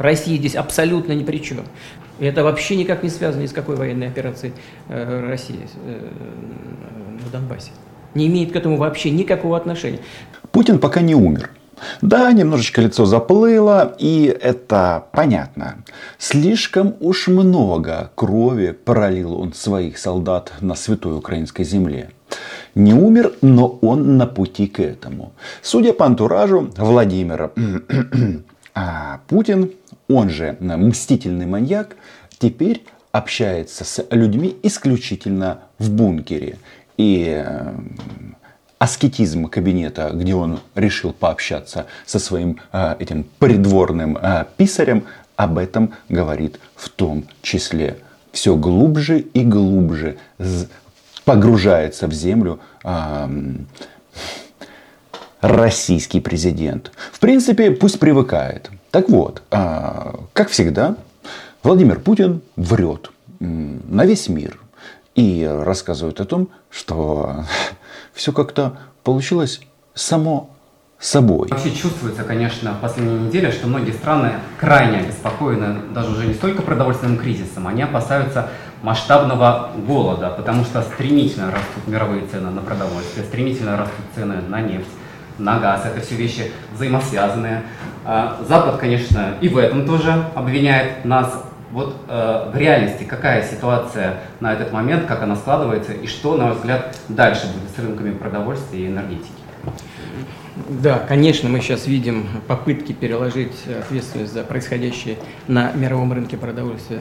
Россия здесь абсолютно ни при чем. И это вообще никак не связано ни с какой военной операцией России на Донбассе. Не имеет к этому вообще никакого отношения. Путин пока не умер. Да, немножечко лицо заплыло, и это понятно. Слишком уж много крови пролил он своих солдат на святой украинской земле. Не умер, но он на пути к этому. Судя по антуражу, Владимир Путин, он же мстительный маньяк, теперь общается с людьми исключительно в бункере. И аскетизм кабинета, где он решил пообщаться со своим этим придворным писарем, об этом говорит в том числе. Все глубже и глубже погружается в землю российский президент. В принципе, пусть привыкает. Так вот, как всегда, Владимир Путин врет на весь мир. И рассказывает о том, что все как-то получилось само собой. Вообще чувствуется, конечно, в последние недели, что многие страны крайне обеспокоены даже уже не столько продовольственным кризисом, они опасаются масштабного голода, потому что стремительно растут мировые цены на продовольствие, стремительно растут цены на нефть, на газ. Это все вещи взаимосвязанные. Запад, конечно, и в этом тоже обвиняет нас. Вот в реальности какая ситуация на этот момент, как она складывается и что, на ваш взгляд, дальше будет с рынками продовольствия и энергетики? Да, конечно, мы сейчас видим попытки переложить ответственность за происходящее на мировом рынке продовольствия,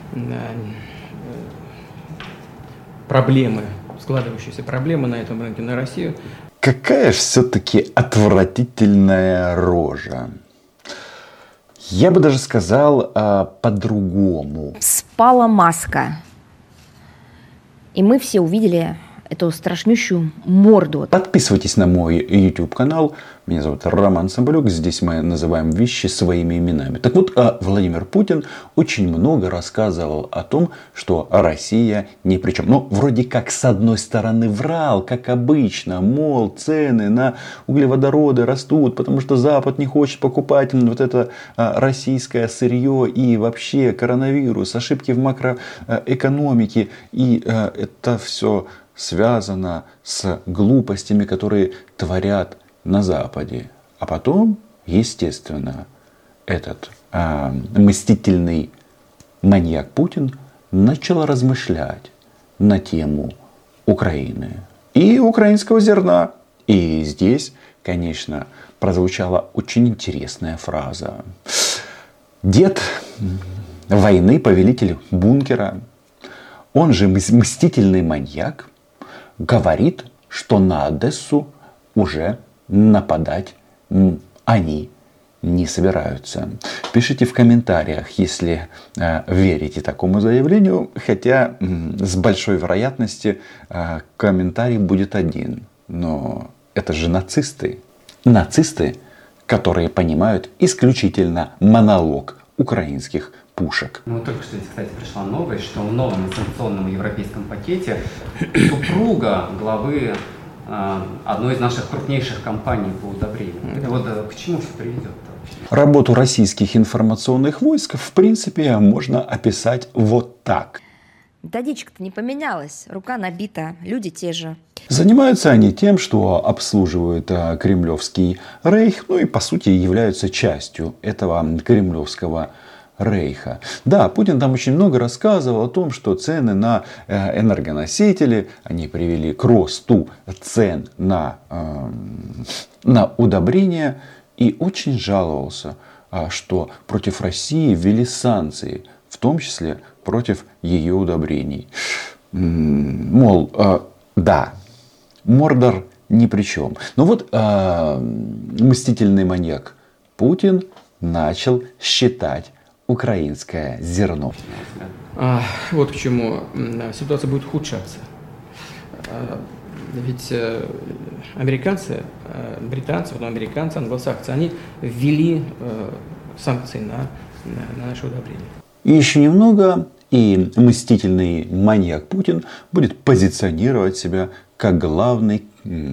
складывающиеся проблемы на этом рынке на Россию. Какая же все-таки отвратительная рожа. Я бы даже сказал по-другому. Спала маска. И мы все увидели эту страшнющую морду. Подписывайтесь на мой YouTube канал. Меня зовут Роман Соболюк. Здесь мы называем вещи своими именами. Так вот, Владимир Путин очень много рассказывал о том, что Россия ни при чем. Ну, вроде как с одной стороны врал, как обычно. Мол, цены на углеводороды растут, потому что Запад не хочет покупать вот это российское сырье и вообще коронавирус, ошибки в макроэкономике. И это все связано с глупостями, которые творят на Западе. А потом, естественно, этот мстительный маньяк Путин начал размышлять на тему Украины и украинского зерна. И здесь, конечно, прозвучала очень интересная фраза. Дед войны, повелитель бункера, он же мстительный маньяк, говорит, что на Одессу уже нападать они не собираются. Пишите в комментариях, если верите такому заявлению. Хотя с большой вероятностью комментарий будет один. Но это же нацисты. Нацисты, которые понимают исключительно монолог украинских пушек. Ну, только что здесь, кстати, пришла новость, что в новом санкционном европейском пакете супруга главы одной из наших крупнейших компаний по удобрению. Это вот к чему все приведет? Работу российских информационных войск, в принципе, можно описать вот так. Методичка-то не поменялась, рука набита, люди те же. Занимаются они тем, что обслуживают кремлевский рейх, ну и по сути являются частью этого кремлевского рейха. Да, Путин там очень много рассказывал о том, что цены на энергоносители, они привели к росту цен на удобрения, и очень жаловался, что против России ввели санкции, в том числе против ее удобрений. Мол, да, Мордор ни при чем. Но вот мстительный маньяк Путин начал считать украинское зерно. Вот к чему ситуация будет ухудшаться. Ведь американцы, британцы, американцы, англосаксы, они ввели санкции на наши удобрения. И еще немного, И мстительный маньяк Путин будет позиционировать себя как главный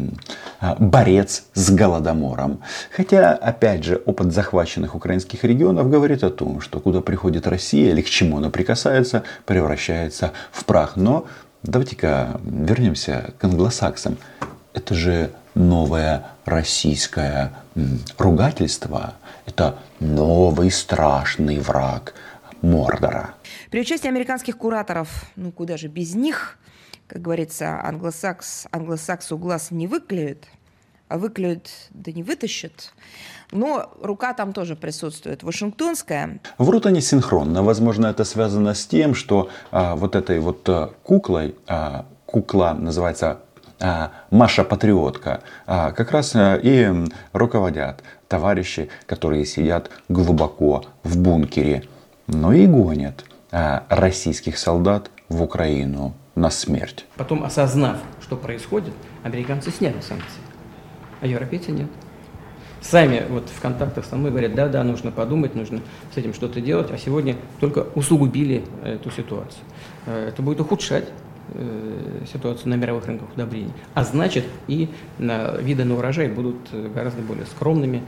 борец с Голодомором. Хотя, опять же, опыт захваченных украинских регионов говорит о том, что куда приходит Россия или к чему она прикасается, превращается в прах. Но давайте-ка вернемся к англосаксам. Это же новое российское ругательство. Это новый страшный враг Мордора. При участии американских кураторов, ну куда же без них, как говорится, англосаксу глаз не выклюют, а выклюют, да не вытащат. Но рука там тоже присутствует, вашингтонская. Врут они синхронно. Возможно, это связано с тем, что вот этой вот куклой, кукла называется Маша Патриотка, как раз и руководят товарищи, которые сидят глубоко в бункере, но и гонят российских солдат в Украину на смерть. Потом, осознав, что происходит, американцы сняли санкции, а европейцы нет. Сами вот в контактах со мной говорят, да, нужно подумать, нужно с этим что-то делать, а сегодня только усугубили эту ситуацию. Это будет ухудшать ситуацию на мировых рынках удобрений. А значит, и виды на урожай будут гораздо более скромными,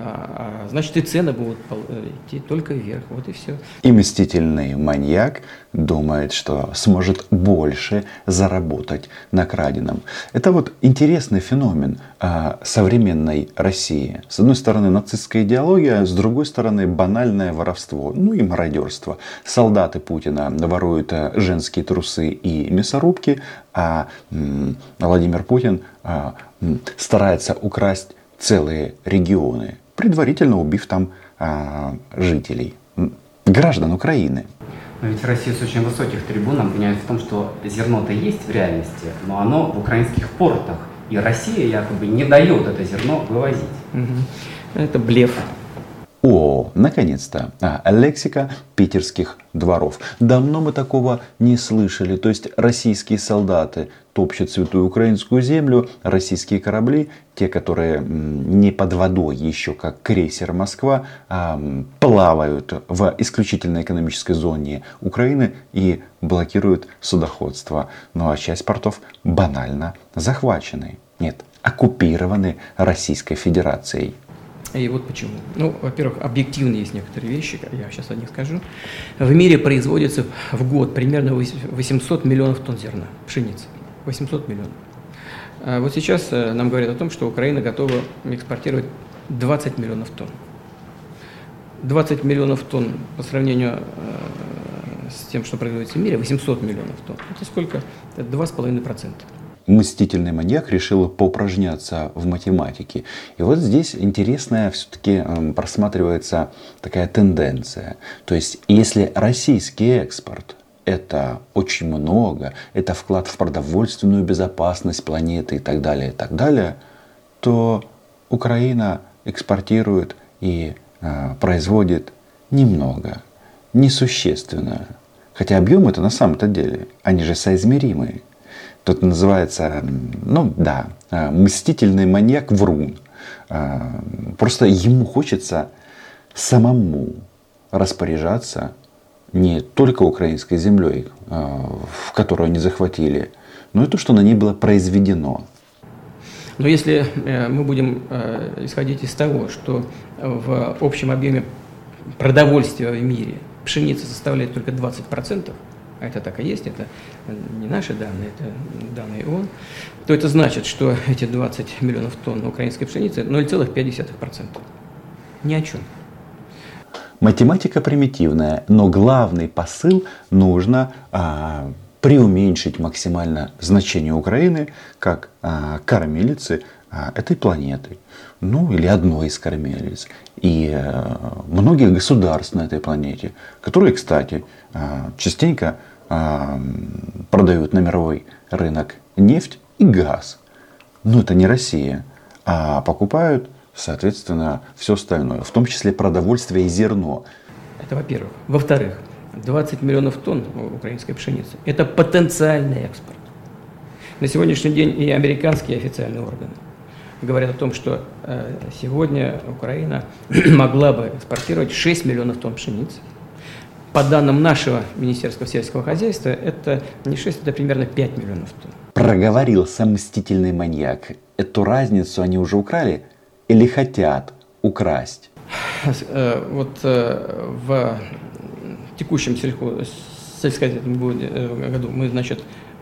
а значит, и цены будут идти только вверх. Вот и все. И мстительный маньяк думает, что сможет больше заработать на краденом. Это вот интересный феномен современной России. С одной стороны, нацистская идеология, с другой стороны, банальное воровство, ну и мародерство. Солдаты Путина воруют женские трусы и мясорубки, а Владимир Путин старается украсть целые регионы, предварительно убив там жителей, граждан Украины. Но ведь Россия с очень высоких трибун обвиняет в том, что зерно-то есть в реальности, но оно в украинских портах. И Россия якобы не дает это зерно вывозить. Это блеф. О, наконец-то, лексика питерских дворов. Давно мы такого не слышали. То есть российские солдаты топчут святую украинскую землю, российские корабли, те, которые не под водой еще, как крейсер Москва, плавают в исключительной экономической зоне Украины и блокируют судоходство. Ну а часть портов банально захвачены. Нет, оккупированы Российской Федерацией. И вот почему. Ну, во-первых, объективно есть некоторые вещи, я сейчас о них скажу. В мире производится в год примерно 800 миллионов тонн зерна, пшеницы. 800 миллионов. А вот сейчас нам говорят о том, что Украина готова экспортировать 20 миллионов тонн. 20 миллионов тонн по сравнению с тем, что производится в мире, 800 миллионов тонн. Это сколько? Это 2,5%. Мстительный маньяк решил поупражняться в математике. И вот здесь интересная все-таки просматривается такая тенденция. То есть, если российский экспорт — это очень много, это вклад в продовольственную безопасность планеты и так далее, то Украина экспортирует и производит немного, несущественно. Хотя объемы-то на самом-то деле, они же соизмеримые. Тут называется, мстительный маньяк врун. Просто ему хочется самому распоряжаться не только украинской землей, в которую они захватили, но и то, что на ней было произведено. Но если мы будем исходить из того, что в общем объеме продовольствия в мире пшеница составляет только 20%, а это так и есть, это не наши данные, это данные ООН, то это значит, что эти 20 миллионов тонн украинской пшеницы 0,5%. Ни о чем. Математика примитивная, но главный посыл нужно преуменьшить максимально значение Украины как кормилицы этой планеты. Ну, или одной из кормилиц. И многих государств на этой планете, которые, кстати, частенько продают на мировой рынок нефть и газ. Но это не Россия. А покупают, соответственно, все остальное. В том числе продовольствие и зерно. Это во-первых. Во-вторых, 20 миллионов тонн украинской пшеницы – это потенциальный экспорт. На сегодняшний день и американские официальные органы говорят о том, что сегодня Украина могла бы экспортировать 6 миллионов тонн пшеницы. По данным нашего Министерства сельского хозяйства, это не 6, это примерно 5 миллионов тонн. Проговорился мстительный маньяк. Эту разницу они уже украли или хотят украсть? Вот в текущем сельскохозяйственном году мы, значит,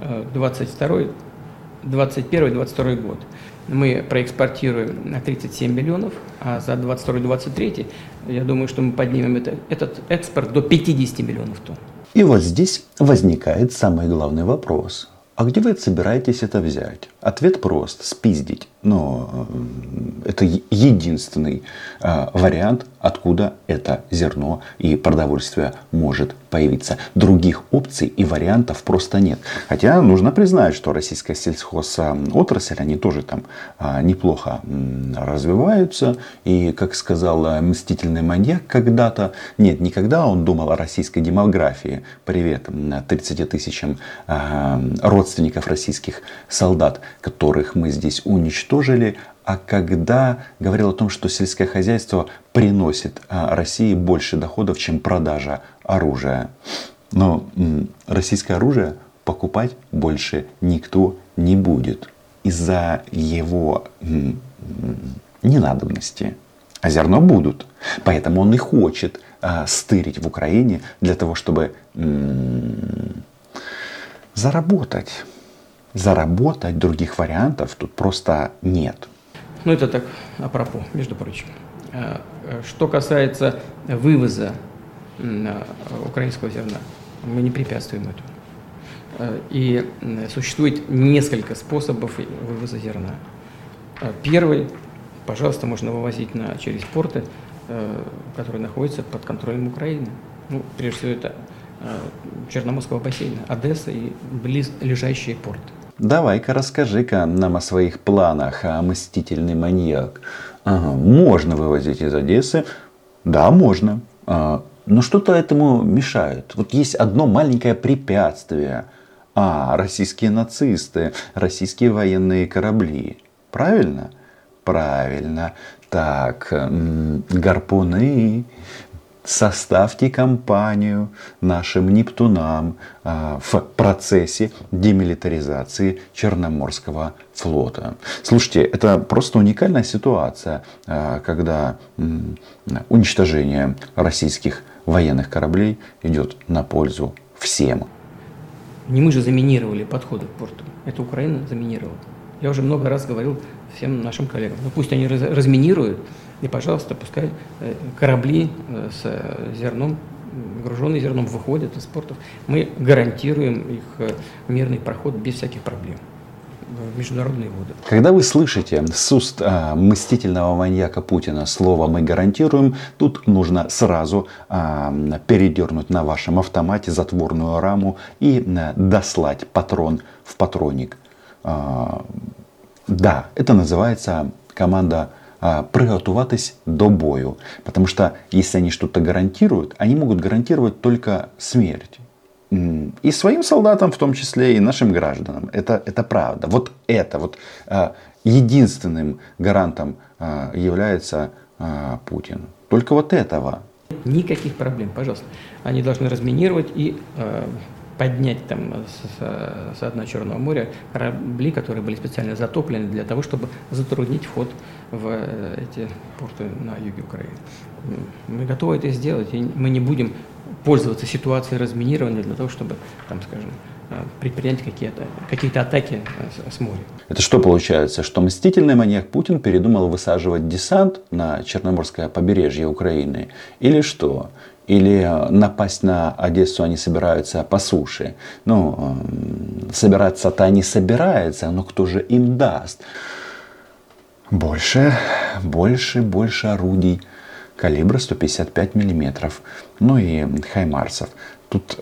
21-22 год мы проэкспортируем на 37 миллионов, а за 22-23 я думаю, что мы поднимем этот экспорт до 50 миллионов тонн. И вот здесь возникает самый главный вопрос. А где вы собираетесь это взять? Ответ прост – спиздить. Но это единственный вариант, откуда это зерно и продовольствие может появиться. Других опций и вариантов просто нет. Хотя нужно признать, что российская сельхозотрасль, они тоже там неплохо развиваются. И, как сказал мстительный маньяк когда-то, нет, никогда он думал о российской демографии. Привет 30 тысячам родственников российских солдат, которых мы здесь уничтожили, а когда говорил о том, что сельское хозяйство приносит России больше доходов, чем продажа оружия. Но российское оружие покупать больше никто не будет из-за его ненадобности. А зерно будут. Поэтому он и хочет стырить в Украине для того, чтобы заработать. Заработать, других вариантов тут просто нет. Ну, это так апропо, между прочим. Что касается вывоза украинского зерна, мы не препятствуем этому. И существует несколько способов вывоза зерна. Первый, пожалуйста, можно вывозить через порты, которые находятся под контролем Украины. Ну, прежде всего, это Черноморского бассейна, Одесса и близлежащие порты. Давай-ка расскажи-ка нам о своих планах, мстительный маньяк. Ага, можно вывозить из Одессы? Да, можно. Но что-то этому мешает. Вот есть одно маленькое препятствие. Российские нацисты, российские военные корабли. Правильно? Правильно. Так, гарпуны. Составьте компанию нашим Нептунам в процессе демилитаризации Черноморского флота. Слушайте, это просто уникальная ситуация, когда уничтожение российских военных кораблей идет на пользу всем. Не мы же заминировали подходы к порту. Это Украина заминировала. Я уже много раз говорил всем нашим коллегам. Ну пусть они разминируют. И, пожалуйста, пускай корабли с зерном, груженные зерном, выходят из портов. Мы гарантируем их мирный проход без всяких проблем в международные воды. Когда вы слышите с уст мстительного маньяка Путина слово «мы гарантируем», тут нужно сразу передернуть на вашем автомате затворную раму и дослать патрон в патронник. Да, это называется команда приготуватись до бою. Потому что если они что-то гарантируют, они могут гарантировать только смерть. И своим солдатам в том числе, и нашим гражданам. Это правда. Вот это вот единственным гарантом является Путин. Только вот этого. Никаких проблем, пожалуйста. Они должны разминировать и поднять там со дна Черного моря корабли, которые были специально затоплены для того, чтобы затруднить вход в эти порты на юге Украины. Мы готовы это сделать, и мы не будем пользоваться ситуацией разминирования для того, чтобы, там, скажем, предпринять какие-то атаки с моря. Это что получается? Что мстительный маньяк Путин передумал высаживать десант на Черноморское побережье Украины? Или что? Или напасть на Одессу они собираются по суше? Ну, собираться-то они собираются, но кто же им даст? Больше орудий калибра 155 миллиметров. Ну и хаймарсов. Тут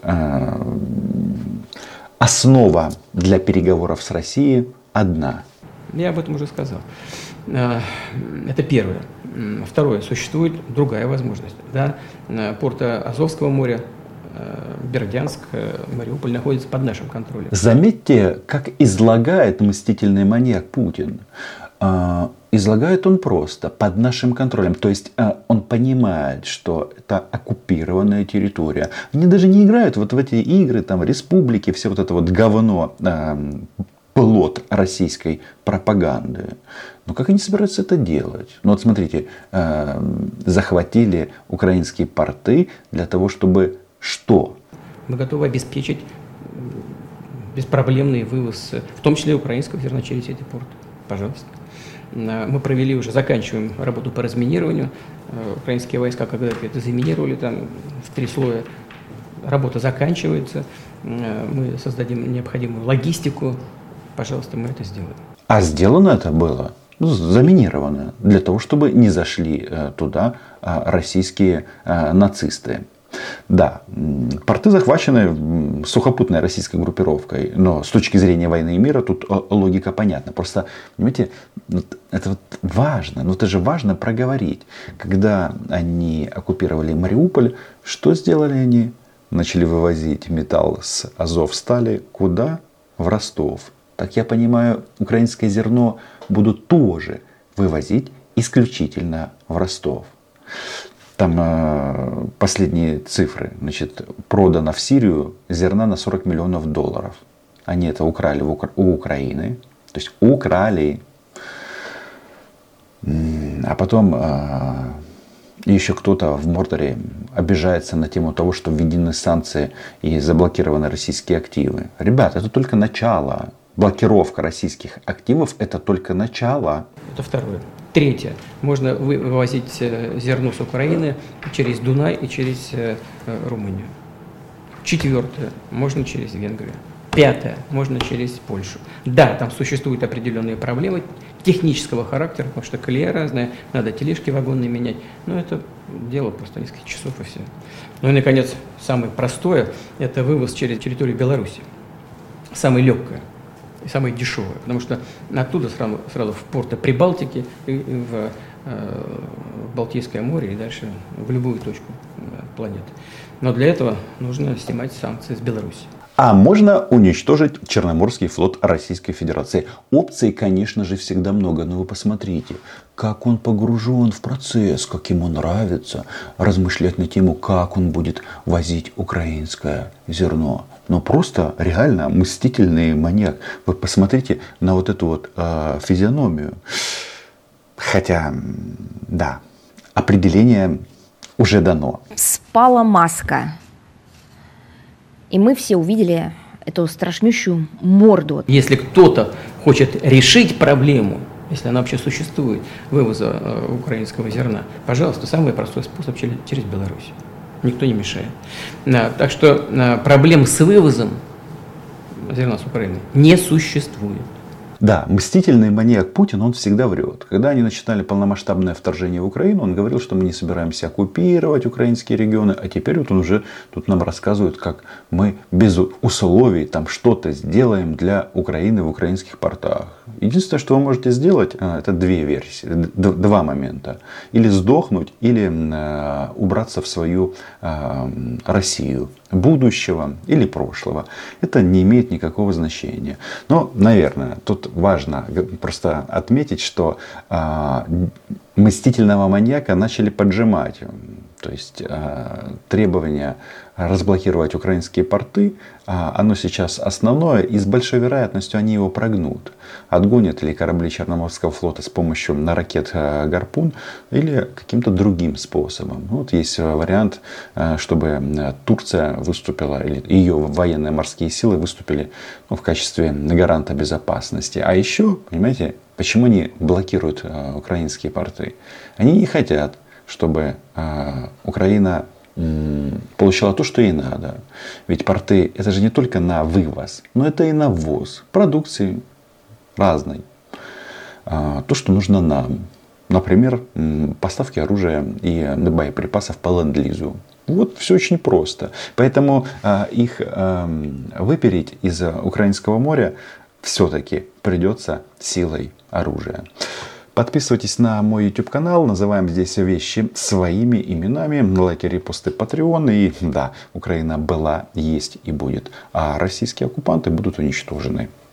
основа для переговоров с Россией одна. Я об этом уже сказал. Это первое. Второе. Существует другая возможность. Да? Порты Азовского моря, Бердянск, Мариуполь находятся под нашим контролем. Заметьте, как излагает мстительный маньяк Путин. излагает он просто под нашим контролем. То есть он понимает, что это оккупированная территория. Они даже не играют вот в эти игры, там, республики, все вот это вот говно, плод российской пропаганды. Но как они собираются это делать? Ну вот смотрите, захватили украинские порты для того, чтобы что? Мы готовы обеспечить беспроблемный вывоз, в том числе украинского зерна через эти порты. Пожалуйста. Мы провели уже, заканчиваем работу по разминированию. Украинские войска когда-то это заминировали там в 3 слоя. Работа заканчивается. Мы создадим необходимую логистику. Пожалуйста, мы это сделаем. А сделано это было, заминировано, для того, чтобы не зашли туда российские нацисты. Да, порты захвачены сухопутной российской группировкой, но с точки зрения войны и мира тут логика понятна. Просто, понимаете, это вот важно, но это же важно проговорить. Когда они оккупировали Мариуполь, что сделали они? Начали вывозить металл с Азовстали куда? В Ростов. Так я понимаю, украинское зерно будут тоже вывозить исключительно в Ростов. Там последние цифры. Значит, продано в Сирию зерна на $40 миллионов. Они это украли у Украины. То есть украли. А потом еще кто-то в Мордоре обижается на тему того, что введены санкции и заблокированы российские активы. Ребята, это только начало. Блокировка российских активов – это только начало. Это второе. Третье. Можно вывозить зерно с Украины через Дунай и через Румынию. Четвертое. Можно через Венгрию. Пятое. Можно через Польшу. Да, там существуют определенные проблемы технического характера, потому что колея разная, надо тележки вагонные менять. Но это дело просто несколько часов и все. Ну и, наконец, самое простое – это вывоз через территорию Беларуси. Самое легкое. И самое дешевое, потому что оттуда сразу в порты Прибалтики, в Балтийское море и дальше в любую точку планеты. Но для этого нужно снимать санкции с Беларуси. А можно уничтожить Черноморский флот Российской Федерации. Опций, конечно же, всегда много. Но вы посмотрите, как он погружен в процесс, как ему нравится размышлять на тему, как он будет возить украинское зерно. Но просто реально мстительный маньяк. Вы посмотрите на вот эту вот физиономию. Хотя, да, определение уже дано. Спала маска. И мы все увидели эту страшнющую морду. Если кто-то хочет решить проблему, если она вообще существует, вывоза украинского зерна, пожалуйста, самый простой способ через Беларусь. Никто не мешает. Так что проблем с вывозом зерна с Украины не существует. Да, мстительный маньяк Путин, он всегда врет. Когда они начинали полномасштабное вторжение в Украину, он говорил, что мы не собираемся оккупировать украинские регионы. А теперь вот он уже тут нам рассказывает, как мы без условий там что-то сделаем для Украины в украинских портах. Единственное, что вы можете сделать, это две версии, два момента. Или сдохнуть, или убраться в свою Россию будущего или прошлого. Это не имеет никакого значения. Но, наверное, тут важно просто отметить, что мстительного маньяка начали поджимать. То есть требование разблокировать украинские порты, оно сейчас основное, и с большой вероятностью они его прогнут. Отгонят ли корабли Черноморского флота с помощью ракет «Гарпун» или каким-то другим способом. Вот есть вариант, чтобы Турция выступила, или ее военные морские силы выступили в качестве гаранта безопасности. А еще, понимаете, почему они блокируют украинские порты? Они не хотят, чтобы Украина получала то, что ей надо. Ведь порты это же не только на вывоз, но это и на ввоз продукции разной. То, что нужно нам. Например, поставки оружия и боеприпасов по ленд-лизу. Вот все очень просто. Поэтому их выпереть из Украинского моря все-таки придется силой оружия. Подписывайтесь на мой YouTube канал, называем здесь вещи своими именами, лайки, репосты, Patreon. И да, Украина была, есть и будет, а российские оккупанты будут уничтожены.